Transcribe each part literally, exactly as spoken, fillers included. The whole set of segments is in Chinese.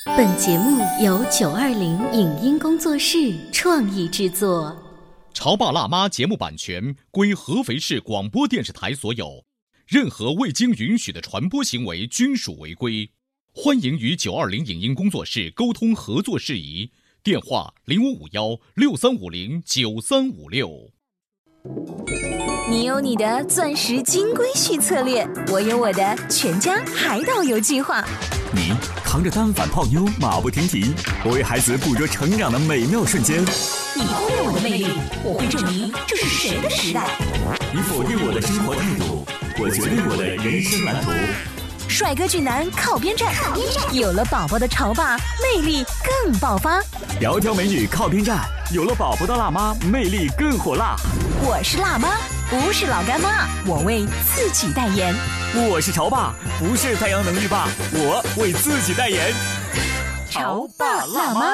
本节目由九二零影音工作室创意制作。 潮爸辣妈节目版权归合肥市广播电视台所有，任何未经允许的传播行为均属违规。欢迎与九二零影音工作室沟通合作事宜，电话零五五幺六三五零九三五六。 你有你的钻石金龟婿策略，我有我的全家海岛游计划。 你扛着单反泡妞马不停蹄，我为孩子捕捉成长的美妙瞬间。 你忽略我的魅力，我会证明这是谁的时代。 你否定我的生活态度，我决定我的人生蓝图。 帅哥俊男靠边站，有了宝宝的潮爸魅力更爆发。 窈窕美女靠边站，有了宝宝的辣妈魅力更火辣。 我是辣妈，不是老干妈，我为自己代言。 我是潮爸，不是太阳能浴霸，我为自己代言。 潮爸辣妈。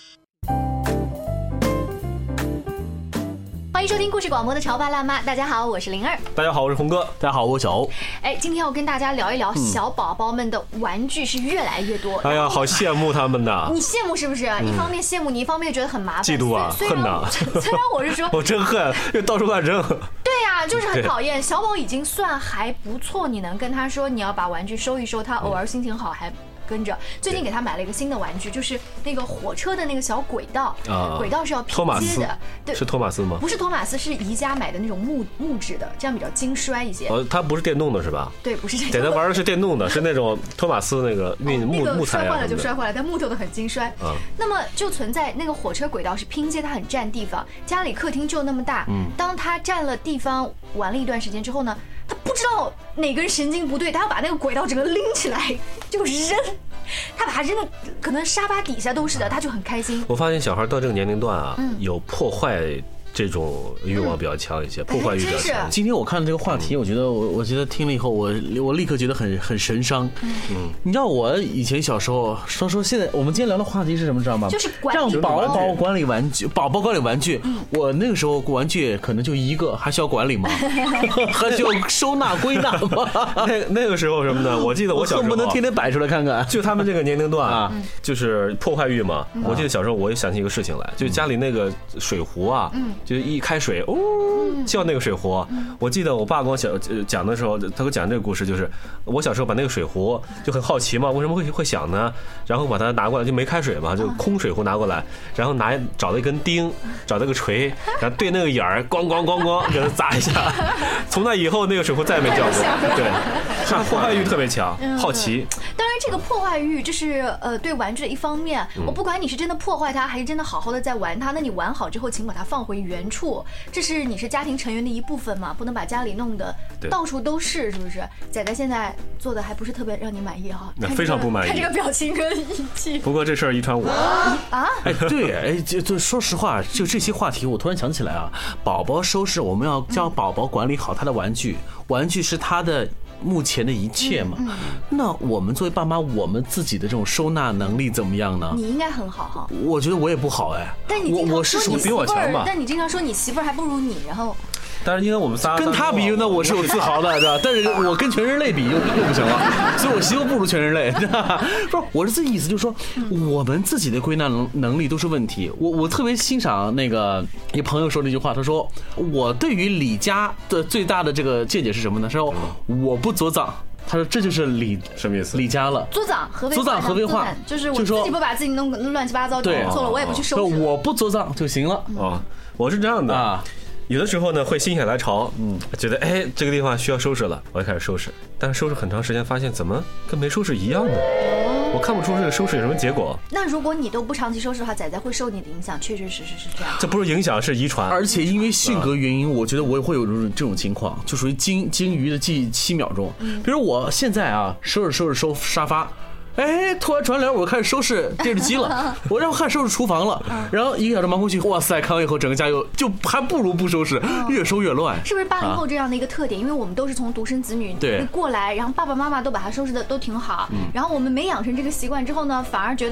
欢迎收听故事广播的潮爸辣妈，大家好，我是灵儿。 大家好，我是红哥。 大家好，我是小欧。 哎，今天要跟大家聊一聊小宝宝们的玩具是越来越多。 哎呀，好羡慕他们呐！ 你羡慕是不是？嗯、一方面羡慕你，一方面觉得很麻烦， 嫉妒啊，恨呐。 虽然我是说， 我真恨，又到处乱扔。 对呀、啊，就是很讨厌。小宝已经算还不错，你能跟他说你要把玩具收一收，他偶尔心情好还跟着。最近给他买了一个新的玩具，就是那个火车的那个小轨道，啊、轨道是要拼接的。 对，是托马斯吗？ 不是托马斯，是宜家买的那种木木质的，这样比较经摔一些。 哦，它不是电动的是吧？ 对，不是电动的。 简单玩的是电动的，是那种托马斯那个运木、 哦、 木材啊。 摔坏了就摔坏了，但木头的很经摔。啊，那么就存在那个火车轨道是拼接，它很占地方。家里客厅就那么大，嗯，当它占了地方玩了一段时间之后呢，他不知道哪根神经不对，他要把那个轨道整个拎起来就扔。他把它扔的可能沙发底下都是的，他就很开心。 我发现小孩到这个年龄段啊，嗯、有破坏这种欲望比较强一些，嗯、破坏欲比较强。 今天我看这个话题，我觉得我我觉得听了以后，我我立刻觉得很很神伤。嗯，你知道我以前小时候说说，现在我们今天聊的话题是什么，知道吗？ 就是管让宝宝管理玩具，宝宝管理玩具。嗯、我那个时候玩具可能就一个，还需要管理吗？还需要收纳归纳吗？ 那那个时候什么呢？我记得我小时候不能天天摆出来看看。 就他们这个年龄段啊，就是破坏欲嘛。我记得小时候我也想起一个事情来，就家里那个水壶啊。嗯，就是一开水哦叫那个水壶，我记得我爸跟我讲讲的时候，他给我讲这个故事，就是我小时候把那个水壶就很好奇嘛，为什么会会响呢？然后把它拿过来，就没开水嘛，就空水壶拿过来，然后拿找了一根钉，找了个锤，然后对那个眼儿咣咣咣咣给它砸一下。从那以后那个水壶再也没叫过。对，他破坏欲特别强，好奇。 当然，这个破坏欲就是呃对玩具的一方面。我不管你是真的破坏它，还是真的好好的在玩它，那你玩好之后，请把它放回原处，这是你是家庭成员的一部分嘛，不能把家里弄得到处都是，是不是？仔仔现在做的还不是特别让你满意哈， 那非常不满意。 看这个表情跟语气。 不过这事儿遗传我啊！ 哎，对，哎，就就说实话，就这些话题，我突然想起来啊，宝宝收拾，我们要教宝宝管理好他的玩具，玩具是他的目前的一切嘛。嗯嗯、那我们作为爸妈，我们自己的这种收纳能力怎么样呢？ 你应该很好哈。 我觉得我也不好哎。 但你我我是属于比我强吧？ 但你经常说你媳妇儿还不如你，然后。 但是因为我们仨跟他比呢，我是有自豪的，对吧？但是我跟全人类比又又不行了，所以我媳妇不如全人类，对吧？不是，我是这意思，就是说我们自己的归纳能能力都是问题。我我特别欣赏那个一朋友说的一句话，他说我对于李家的最大的这个见解是什么呢？说我不作脏。他说：“这就是李什么意思？ 李家了。 作脏合肥话， 作脏合肥话就是我自己不把自己弄乱七八糟，弄错了我也不去收拾。 我不作脏就行了。 哦，我是这样的啊。有的时候呢会心血来潮，嗯，觉得哎这个地方需要收拾了，我就开始收拾。但是收拾很长时间，发现怎么跟没收拾一样的，我看不出这个收拾有什么结果。 那如果你都不长期收拾的话，仔仔会受你的影响，确确实实是这样。 这不是影响，是遗传。 而且因为性格原因，我觉得我也会有这种这种情况，就属于金金鱼的记七秒钟。比如我现在啊，收拾收拾收沙发。哎，突然传来我开始收拾电视机了，我然后开始收拾厨房了，然后一个小时忙过去，哇塞，看完以后整个家又就还不如不收拾，越收越乱。 是不是八零后这样的一个特点？因为我们都是从独生子女过来，然后爸爸妈妈都把它收拾的都挺好，然后我们没养成这个习惯之后呢，反而觉得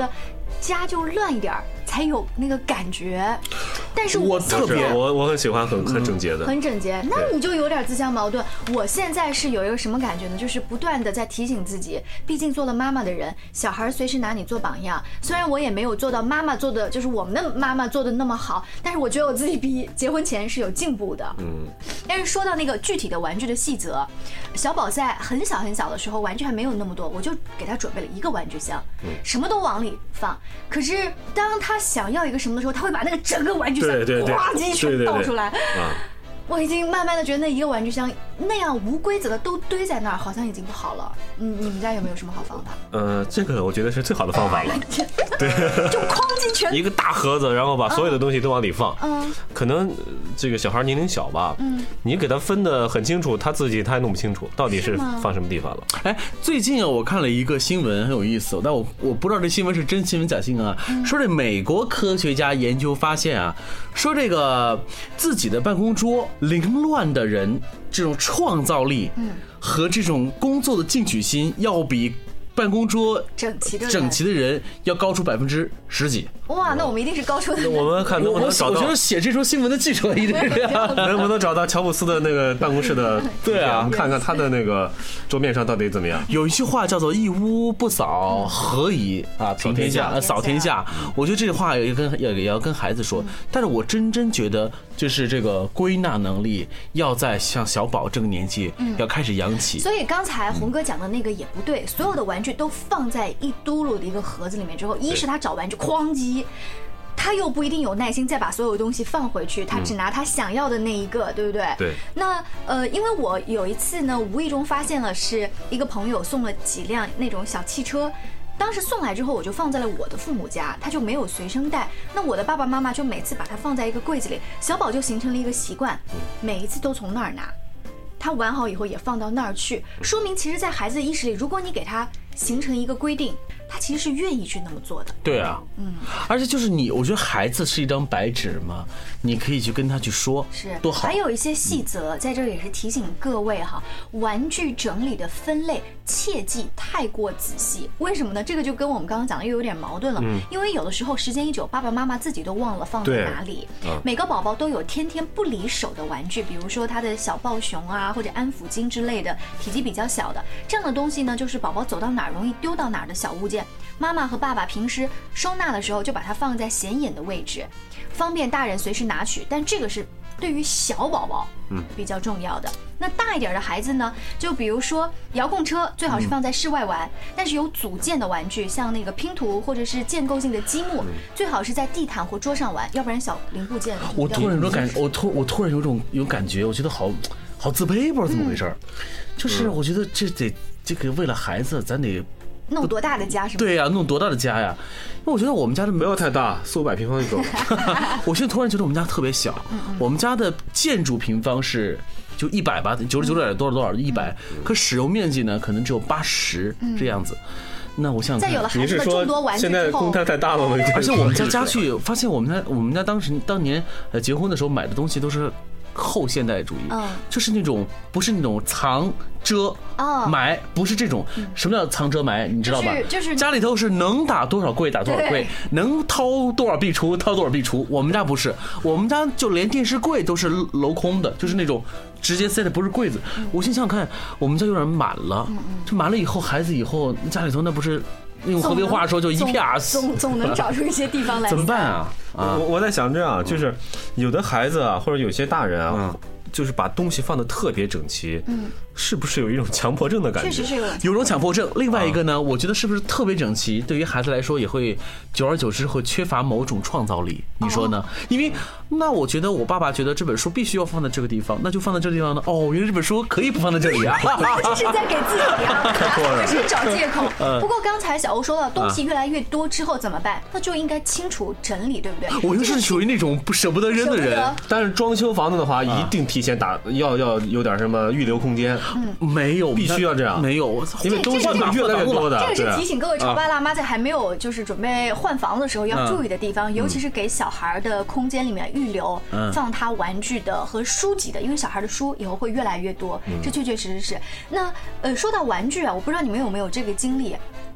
家就乱一点儿，才有那个感觉。但是我特别我我很喜欢很很整洁的， 很整洁，那你就有点自相矛盾。我现在是有一个什么感觉呢？就是不断的在提醒自己，毕竟做了妈妈的人，小孩随时拿你做榜样。虽然我也没有做到妈妈做的，就是我们的妈妈做的那么好，但是我觉得我自己比结婚前是有进步的。嗯。但是说到那个具体的玩具的细则，小宝在很小很小的时候，玩具还没有那么多，我就给他准备了一个玩具箱，什么都往里放。可是当他想要一个什么的时候，他会把那个整个玩具箱呱唧全倒出来。我已经慢慢的觉得那一个玩具箱那样无规则的都堆在那儿，好像已经不好了。嗯，你们家有没有什么好方法？ 呃，这个我觉得是最好的方法了。对， 就哐进全一个大盒子，然后把所有的东西都往里放。嗯，可能这个小孩年龄小吧，嗯，你给他分得很清楚，他自己他还弄不清楚到底是放什么地方了。 哎，最近啊，我看了一个新闻很有意思，但我我不知道这新闻是真新闻假新闻啊。嗯、说这美国科学家研究发现啊，说这个自己的办公桌凌乱的人，这种创造力和这种工作的进取心，要比办公桌整齐的整齐的人要高出百分之十几。 哇，那我们一定是高出的。 我们看能不能找到？ 我觉得写这条新闻的记者一定能不能找到乔布斯的那个办公室的？对啊，看看他的那个桌面上到底怎么样。 有一句话叫做“一屋不扫，何以啊平天下？扫天下。”我觉得这句话也跟也也要跟孩子说。但是我真真觉得，就是这个归纳能力要在像小宝这个年纪要开始养起。 所以刚才红哥讲的那个也不对，所有的玩具都放在一嘟噜的一个盒子里面之后，一是他找玩具哐叽。他又不一定有耐心再把所有东西放回去，他只拿他想要的那一个，对不对？ 对。 那呃，因为我有一次呢，无意中发现了是一个朋友送了几辆那种小汽车，当时送来之后我就放在了我的父母家，他就没有随身带。那我的爸爸妈妈就每次把它放在一个柜子里，小宝就形成了一个习惯，每一次都从那儿拿。他玩好以后也放到那儿去，说明其实在孩子的意识里，如果你给他形成一个规定，他其实是愿意去那么做的。 对啊，嗯，而且就是你，我觉得孩子是一张白纸嘛，你可以去跟他去说， 是多好。 还有一些细则，在这里也是提醒各位哈，玩具整理的分类切记太过仔细。为什么呢？这个就跟我们刚刚讲的又有点矛盾了，嗯、因为有的时候时间一久，爸爸妈妈自己都忘了放在哪里。嗯、每个宝宝都有天天不离手的玩具，比如说他的小抱熊啊，或者安抚巾之类的，体积比较小的这样的东西呢，就是宝宝走到哪儿容易丢到哪儿的小物件。妈妈和爸爸平时收纳的时候就把它放在显眼的位置，方便大人随时拿取。但这个是对于小宝宝比较重要的。那大一点的孩子呢，就比如说遥控车最好是放在室外玩，但是有组件的玩具，像那个拼图或者是建构性的积木，最好是在地毯或桌上玩，要不然小零部件。 我突然有种感，我突我突然有种有感觉，我觉得好好自卑，不知道怎么回事。就是我觉得这得这个为了孩子，咱得。 弄多大的家是吗？ 对呀、啊，弄多大的家呀？因为我觉得我们家的没有太大，四五百平方就够。 我现在突然觉得我们家特别小，嗯嗯我们家的建筑平方是就一百吧，九十九点多少多少一百，可使用面积呢可能只有八十这样子。那我想在有了孩子的众多玩具之后， 现在公摊太大了吗？ 而且我们家家具发现我们家我们家当时当年呃结婚的时候买的东西都是后现代主义，嗯、就是那种不是那种藏遮埋，不是这种。什么叫藏遮埋？你知道吧？ 就是、就是、 家里头是能打多少柜打多少柜，能掏多少壁橱掏多少壁橱。我们家不是，我们家就连电视柜都是镂空的，就是那种直接塞的，不是柜子。我先想想看，我们家有点满了，就满了以后，孩子以后家里头那不是。用河北话说就一片啊， 总总能找出一些地方来。 怎么办啊？ 啊，我我在想这样，就是有的孩子啊，或者有些大人啊，嗯、就是把东西放得特别整齐，嗯，是不是有一种强迫症的感觉？ 确实是有有种强迫症。另外一个呢，啊、我觉得是不是特别整齐，对于孩子来说也会久而久之会缺乏某种创造力？你说呢？哦、因为那我觉得我爸爸觉得这本书必须要放在这个地方，那就放在这个地方呢。哦，原来这本书可以不放在这里啊！ 这是在给自己啊，这是找借口。不过刚才小欧说到东西越来越多之后怎么办？那就应该清除整理，对不对？ 我就是属于那种不舍不得扔的人。 但是装修房子的话，一定提前打要要有点什么预留空间。 嗯，没有， 必须要这样。 没有， 因为东西越来越多的。 这个是提醒各位潮爸辣妈在还没有就是准备换房的时候要注意的地方，尤其是给小孩的空间里面预留放他玩具的和书籍的，因为小孩的书以后会越来越多，这确确实实是。那呃，说到玩具啊，我不知道你们有没有这个经历。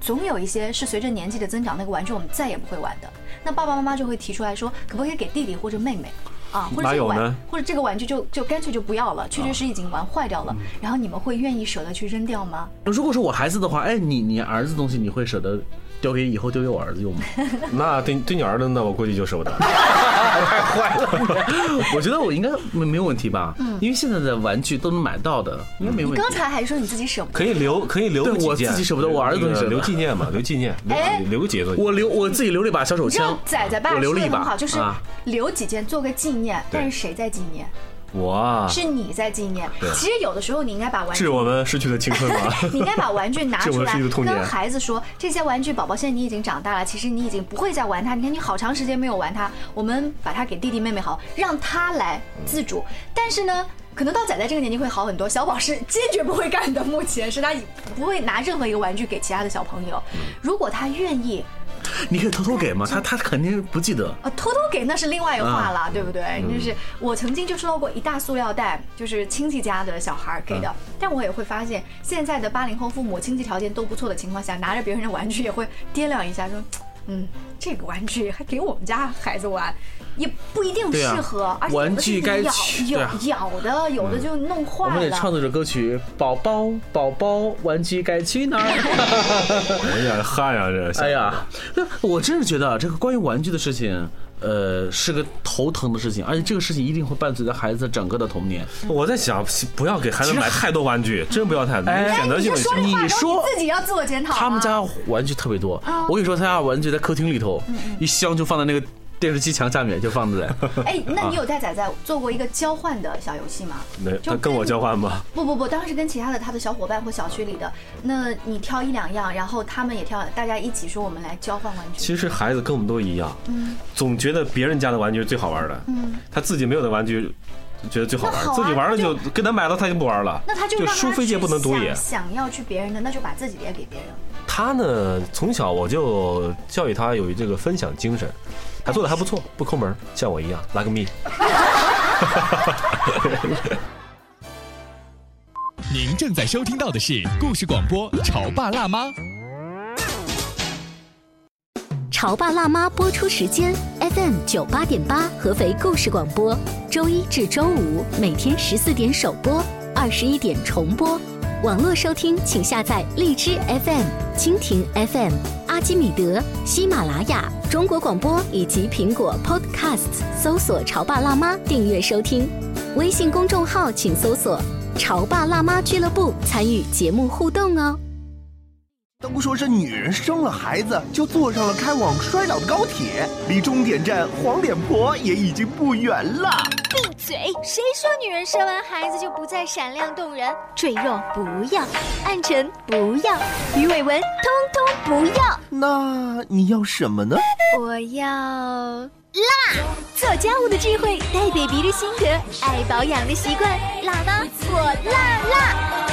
总有一些是随着年纪的增长，那个玩具我们再也不会玩的。那爸爸妈妈就会提出来说，可不可以给弟弟或者妹妹？啊，或者这个玩，或者这个玩具就就干脆就不要了，确确实已经玩坏掉了。然后你们会愿意舍得去扔掉吗？ 如果是我孩子的话，哎，你你儿子东西你会舍得丢给以后丢给我儿子用吗？ 那对对你儿子那我估计就舍不得， 太坏了。我觉得我应该没没有问题吧，嗯，因为现在的玩具都能买到的，应该没问题。 你刚才还说你自己舍不得， 可以留可以留对我自己舍不得，我儿子东西留纪念嘛，留纪念，留留个节子。 我留我自己留了一把小手枪， 仔仔爸我留了一把， 很好，就是留几件做个纪念，但是谁在纪念？ 哇， 是你在纪念。其实有的时候你应该把玩具， 是我们失去的青春吗？ 你应该把玩具拿出来，跟孩子说，这些玩具宝宝现在你已经长大了，其实你已经不会再玩它。你看你好长时间没有玩它，我们把它给弟弟妹妹好，让他来自主。但是呢，可能到仔仔这个年纪会好很多，小宝是坚决不会干的。目前是他不会拿任何一个玩具给其他的小朋友。如果他愿意， 你可以偷偷给吗？他他肯定不记得啊，偷偷给那是另外一话了，对不对？就是我曾经就收到过一大塑料袋，就是亲戚家的小孩给的，但我也会发现，现在的八零后父母经济条件都不错的情况下，拿着别人的玩具也会掂量一下，说，嗯，这个玩具还给我们家孩子玩，也不一定适合，而且玩具该咬咬的，有的就弄坏了。 我们得唱这首歌曲，宝宝宝宝，玩具该去哪儿？ 哎呀，汗呀这！ 哎呀，我真是觉得这个关于玩具的事情，呃，是个头疼的事情，而且这个事情一定会伴随着孩子整个的童年。 我在想，不要给孩子买太多玩具，真不要太多，选择性的。 你说自己要自我检讨。 他们家玩具特别多，我跟你说，他家玩具在客厅里头，一箱就放在那个电视机墙下面，就放在。 哎，那你有带仔仔做过一个交换的小游戏吗？ 没，他跟我交换吗？ 不不不，当然是跟其他的他的小伙伴或小区里的。那你挑一两样，然后他们也挑，大家一起说我们来交换玩具。 其实孩子跟我们都一样，嗯，总觉得别人家的玩具是最好玩的，嗯，他自己没有的玩具。觉得最好玩， 好啊、 自己玩了就跟他买了，他就不玩了。 那他就就书非借不能读也。 想要去别人的，那就把自己的也给别人。 他呢，从小我就教育他有这个分享精神，他做的还不错，不抠门，像我一样，like me。 您正在收听到的是故事广播《潮爸辣妈》。 潮爸辣妈播出时间 F M 九八点八，合肥故事广播，周一至周五每天十四点首播，二十一点重播。网络收听请下载荔枝 F M、蜻蜓 F M、阿基米德、喜马拉雅、中国广播以及苹果 Podcasts， 搜索“潮爸辣妈”订阅收听。微信公众号请搜索“潮爸辣妈俱乐部”，参与节目互动哦。 都说是女人生了孩子就坐上了开往衰老的高铁，离终点站黄脸婆也已经不远了。 闭嘴！谁说女人生完孩子就不再闪亮动人？赘肉不要，暗沉不要，鱼尾纹通通不要。 那你要什么呢？ 我要辣！做家务的智慧，带 baby 的心得，爱保养的习惯，辣吗？我辣辣！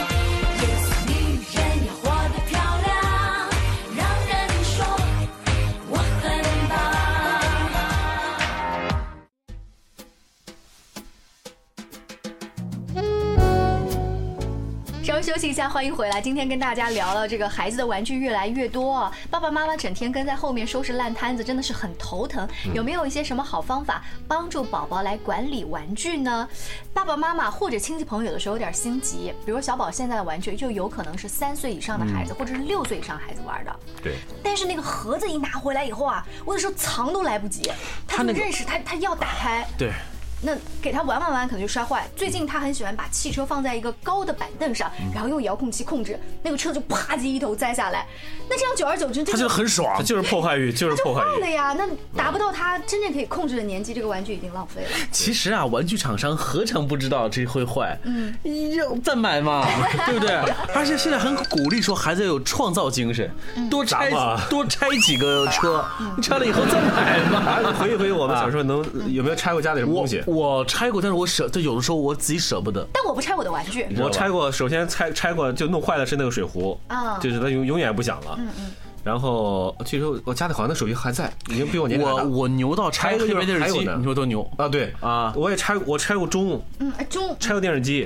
稍微休息一下，欢迎回来。今天跟大家聊了这个孩子的玩具越来越多，爸爸妈妈整天跟在后面收拾烂摊子，真的是很头疼。有没有一些什么好方法帮助宝宝来管理玩具呢？爸爸妈妈或者亲戚朋友有的时候有点心急，比如小宝现在的玩具就有可能是三岁以上的孩子，或者是六岁以上孩子玩的。 对。 但是那个盒子一拿回来以后啊，我有时候藏都来不及，他就认识他，他要打开。 对。 那给他玩玩玩可能就摔坏。最近他很喜欢把汽车放在一个高的板凳上，然后用遥控器控制，那个车就啪叽一头栽下来。那这样久而久之， 他就很爽， 就是破坏欲，就是破坏欲。 他就坏了呀，那达不到他真正可以控制的年纪，这个玩具已经浪费了。 其实啊，玩具厂商何尝不知道这会坏？嗯，要再买嘛，对不对？而且现在很鼓励说孩子要有创造精神，多拆多拆几个车，拆了以后再买嘛。 回忆回忆我们小时候能有没有拆过家里什么东西？ 我拆过，但是我舍，就有的时候我自己舍不得。 但我不拆我的玩具。 我拆过，首先拆拆过就弄坏的是那个水壶啊，就是它永永远不响了。嗯嗯。然后其实我家里好像那手机还在，已经比我年纪大。 我我牛到拆黑白电视机，你说多牛啊？对啊，我也拆，我拆过钟， 嗯，钟， 拆过电视机，嗯，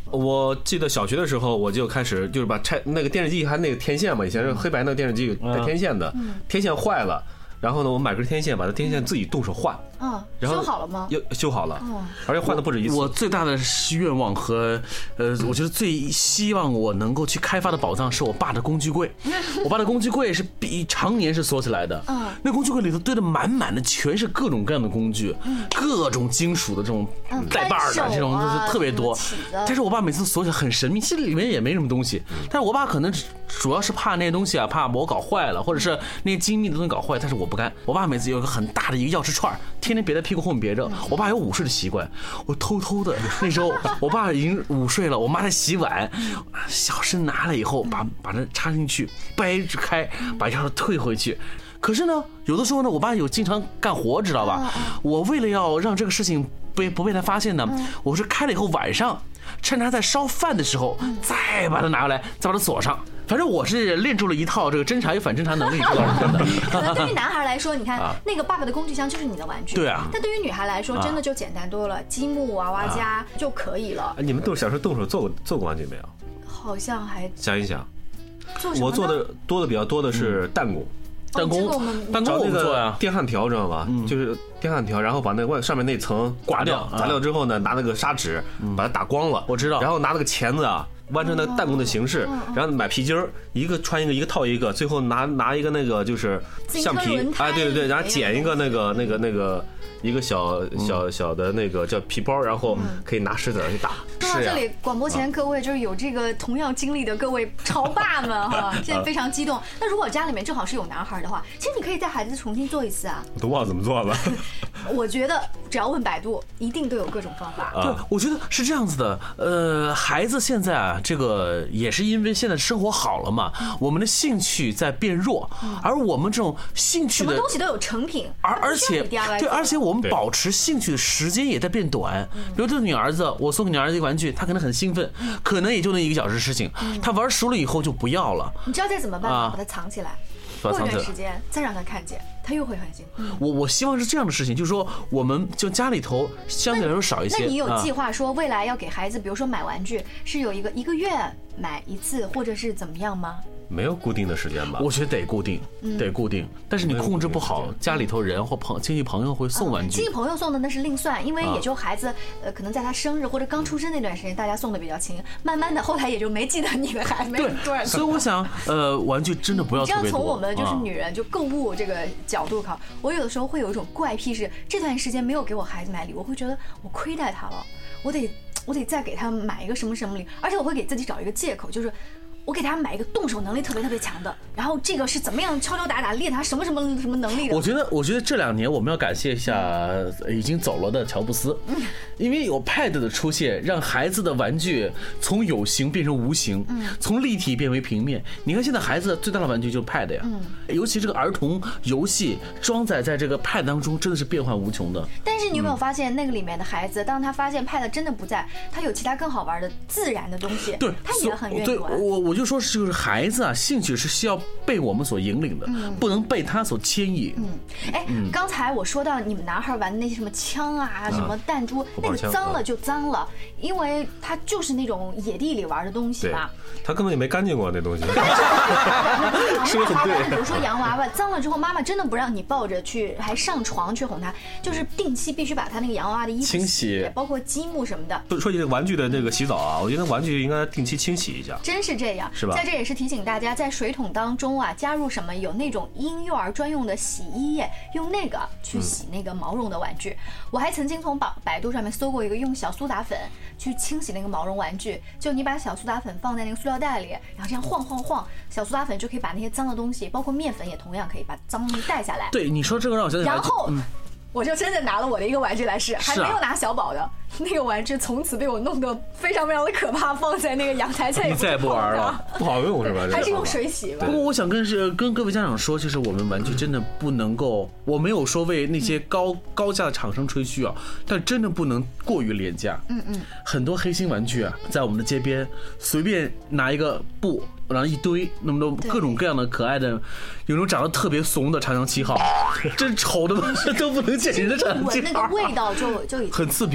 我记得小学的时候，我就开始就是把拆那个电视机，还那个天线嘛，以前是黑白那个电视机带天线的，天线坏了。然后呢，我买根天线，把它天线自己动手换。 嗯， 然后修好了吗？ 又修好了，而且换的不止一次。 我最大的愿望和呃，我觉得最希望我能够去开发的宝藏是我爸的工具柜。我爸的工具柜是比常年是锁起来的，嗯，那工具柜里头堆的满满的全是各种各样的工具，各种金属的这种带把的这种就是特别多。但是我爸每次锁起来很神秘，其实里面也没什么东西。但是我爸可能主要是怕那些东西啊，怕我搞坏了，或者是那些精密的东西搞坏。但是我不干，我爸每次有一个很大的一个钥匙串，天天别在屁股后面别着。我爸有午睡的习惯，我偷偷的那时候我爸已经午睡了，我妈在洗碗，小声拿了以后把把它插进去，掰开，把钥匙退回去。可是呢，有的时候呢，我爸有经常干活，知道吧？我为了要让这个事情被不被他发现呢，我是开了以后晚上趁他在烧饭的时候，再把它拿过来，再把它锁上。反正我是练出了一套这个侦查与反侦查能力，知道吗？ 可能对于男孩来说，你看那个爸爸的工具箱就是你的玩具， 对啊。 但对于女孩来说，真的就简单多了，积木、娃娃家就可以了。 你们都小时候动手做过做过玩具没有？ 好像还想一想， 做什么呢？ 我做的多的比较多的是弹弓。 弹弓，弹弓我们做呀， 电焊条知道吧？就是电焊条，然后把那外上面那层刮掉，刮掉之后呢，拿那个砂纸把它打光了， 我知道。 然后拿那个钳子啊，弯成那个弹弓的形式，然后买皮筋儿，一个穿一个，一个套一个，最后拿拿一个那个就是橡皮，哎，对对对，然后剪一个那个那个那个一个小小小的那个叫皮包，然后可以拿石子去打。 说到这里，广播前各位就是有这个同样经历的各位潮爸们哈，现在非常激动。那如果家里面正好是有男孩的话，其实你可以带孩子重新做一次啊。 我都忘了怎么做了。 我觉得只要问百度，一定都有各种方法。 对，我觉得是这样子的。呃，孩子现在啊，这个也是因为现在生活好了嘛，我们的兴趣在变弱，而我们这种兴趣的什么东西都有成品， 而而且对，而且我们保持兴趣的时间也在变短。比如这女儿子，我送给女儿子一个玩具，她可能很兴奋，可能也就那一个小时事情，她玩熟了以后就不要了。 你知道再怎么办吗？把它藏起来。过一段时间再让他看见，他又会很兴奋。 我我希望是这样的事情，就是说我们就家里头相对来说少一些。 那你有计划说未来要给孩子，比如说买玩具，是有一个一个月买一次，或者是怎么样吗？ 没有固定的时间吧？ 我觉得得固定，得固定。但是你控制不好，家里头人或朋亲戚朋友会送玩具。 亲戚朋友送的那是另算，因为也就孩子呃，可能在他生日或者刚出生那段时间，大家送的比较勤。慢慢的，后来也就没记得你的孩子没有多少。 所以我想，呃，玩具真的不要特别多。 你知道，从我们就是女人就购物这个角度考，我有的时候会有一种怪癖是，这段时间没有给我孩子买礼物，我会觉得我亏待他了，我得我得再给他买一个什么什么礼，而且我会给自己找一个借口，就是。我给他买一个动手能力特别特别强的，然后这个是怎么样敲敲打打练他什么什么什么能力的。 我觉得，我觉得这两年我们要感谢一下已经走了的乔布斯，因为有 Pad 的出现，让孩子的玩具从有形变成无形，从立体变为平面。你看现在孩子最大的玩具就是 Pad 呀，尤其这个儿童游戏装载在这个 Pad 当中，真的是变幻无穷的。 但是你有没有发现，那个里面的孩子，当他发现 Pad 真的不在，他有其他更好玩的自然的东西， 对， 他也很愿意玩。 我我就说是就是孩子啊，兴趣是需要被我们所引领的，嗯、不能被他所牵引。 嗯，哎，嗯、刚才我说到你们男孩玩的那些什么枪啊、嗯、什么弹珠，那个脏了就脏了，因为它就是那种野地里玩的东西嘛。 他根本也没干净过那东西。 说的很对。比如说洋娃娃脏了之后，妈妈真的不让你抱着去，还上床去哄他，就是定期必须把他那个洋娃娃的衣服清洗， 包括积木什么的。 说起这个玩具的那个洗澡啊，我觉得玩具应该定期清洗一下。 真是这样， 是吧？ 在这也是提醒大家，在水桶当中啊，加入什么有那种婴幼儿专用的洗衣液，用那个去洗那个毛绒的玩具。嗯、我还曾经从百百度上面搜过一个用小苏打粉去清洗那个毛绒玩具，就你把小苏打粉放在那个塑料袋里，然后这样晃晃晃，小苏打粉就可以把那些脏的东西，包括面粉也同样可以把脏东西带下来。 对，你说这个让我想起来。 然后。 嗯我就真的拿了我的一个玩具来试，还没有拿小宝的那个玩具，从此被我弄得非常非常的可怕，放在那个阳台再也再也不玩了， 不好用是吧？ 还是用水洗吧。 不过我想跟是跟各位家长说，就是我们玩具真的不能够，我没有说为那些高高价的厂商吹嘘啊，但真的不能过于廉价。嗯嗯，很多黑心玩具啊，在我们的街边随便拿一个布。然后一堆那么多各种各样的可爱的，有种长得特别怂的长江七号，真丑的都不能见人的长江七号， 闻那个味道就就已经很刺鼻。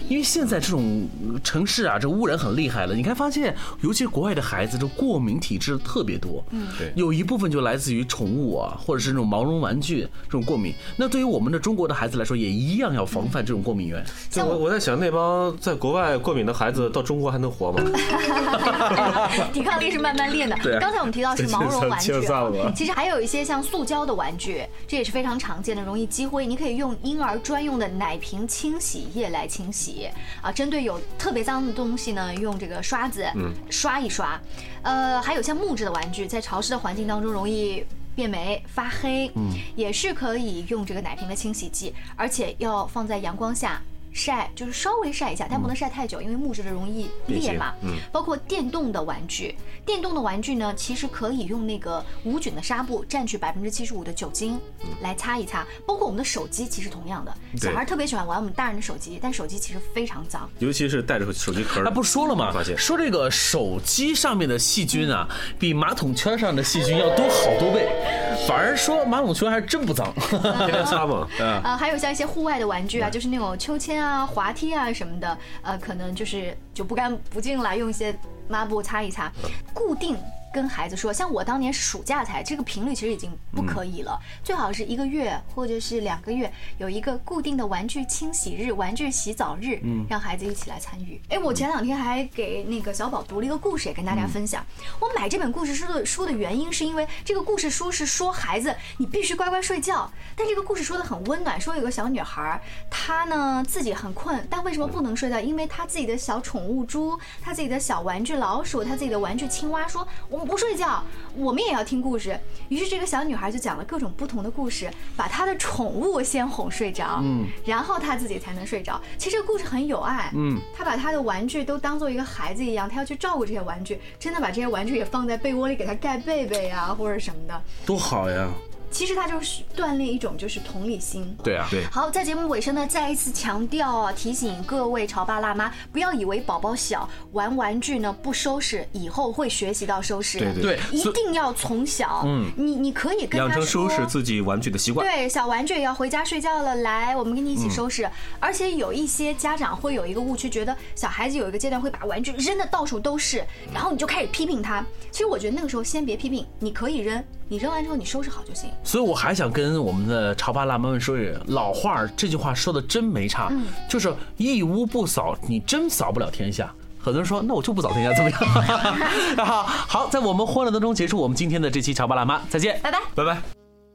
因为现在这种城市啊，这污染很厉害了。你看发现，尤其是国外的孩子，这过敏体质特别多。嗯，对，有一部分就来自于宠物啊，或者是那种毛绒玩具这种过敏。那对于我们的中国的孩子来说，也一样要防范这种过敏源。 像我我在想，那帮在国外过敏的孩子到中国还能活吗？ 抵抗力是慢慢练的。刚才我们提到是毛绒玩具，其实还有一些像塑胶的玩具，这也是非常常见的，容易积灰。你可以用婴儿专用的奶瓶清洗液来清洗啊。针对有特别脏的东西呢，用这个刷子刷一刷。呃，还有像木质的玩具，在潮湿的环境当中容易变霉发黑，也是可以用这个奶瓶的清洗剂，而且要放在阳光下晒，就是稍微晒一下，但不能晒太久，因为木质的容易裂嘛。嗯，包括电动的玩具，电动的玩具呢，其实可以用那个无菌的纱布蘸取百分之七十五的酒精来擦一擦。包括我们的手机，其实同样的，小孩特别喜欢玩我们大人的手机，但手机其实非常脏， 尤其是带着手机壳。 他不说了吗？说这个手机上面的细菌啊，比马桶圈上的细菌要多好多倍，反而说马桶圈还真不脏， 天天擦嘛。 呃，还有像一些户外的玩具啊，就是那种秋千啊、滑梯啊什么的，呃，可能就是就不干不净了，用一些抹布擦一擦，固定。跟孩子说，像我当年暑假才，这个频率其实已经不可以了，嗯、最好是一个月或者是两个月有一个固定的玩具清洗日、玩具洗澡日，嗯，让孩子一起来参与。哎，我前两天还给那个小宝读了一个故事，也跟大家分享。嗯、我买这本故事书的书的原因，是因为这个故事书是说孩子你必须乖乖睡觉，但这个故事说的很温暖，说有个小女孩，她呢自己很困，但为什么不能睡觉？因为她自己的小宠物猪、她自己的小玩具老鼠、她自己的玩具青蛙说，我不睡觉，我们也要听故事。于是这个小女孩就讲了各种不同的故事，把她的宠物先哄睡着，嗯，然后她自己才能睡着。其实这个故事很有爱，嗯，她把她的玩具都当做一个孩子一样，她要去照顾这些玩具，真的把这些玩具也放在被窝里给她盖被被啊，或者什么的， 多好呀。 其实它就是锻炼一种就是同理心。 对啊，对。 好，在节目尾声呢，再一次强调啊，提醒各位潮爸辣妈，不要以为宝宝小玩玩具呢不收拾，以后会学习到收拾。 对对对， 一定要从小，嗯，你你可以跟他说养成收拾自己玩具的习惯。 对，小玩具也要回家睡觉了，来，我们跟你一起收拾。嗯、而且有一些家长会有一个误区，觉得小孩子有一个阶段会把玩具扔的到处都是，然后你就开始批评他。其实我觉得那个时候先别批评，你可以扔，你扔完之后你收拾好就行。 所以我还想跟我们的潮爸辣妈们说，老话这句话说的真没差，嗯、就是一屋不扫，你真扫不了天下。很多人说，那我就不扫天下怎么样？好，好，在我们欢乐当中结束我们今天的这期潮爸辣妈，再见， 拜拜， 拜拜。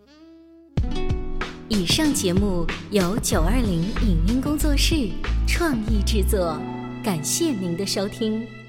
以上节目由九二零影音工作室创意制作，感谢您的收听。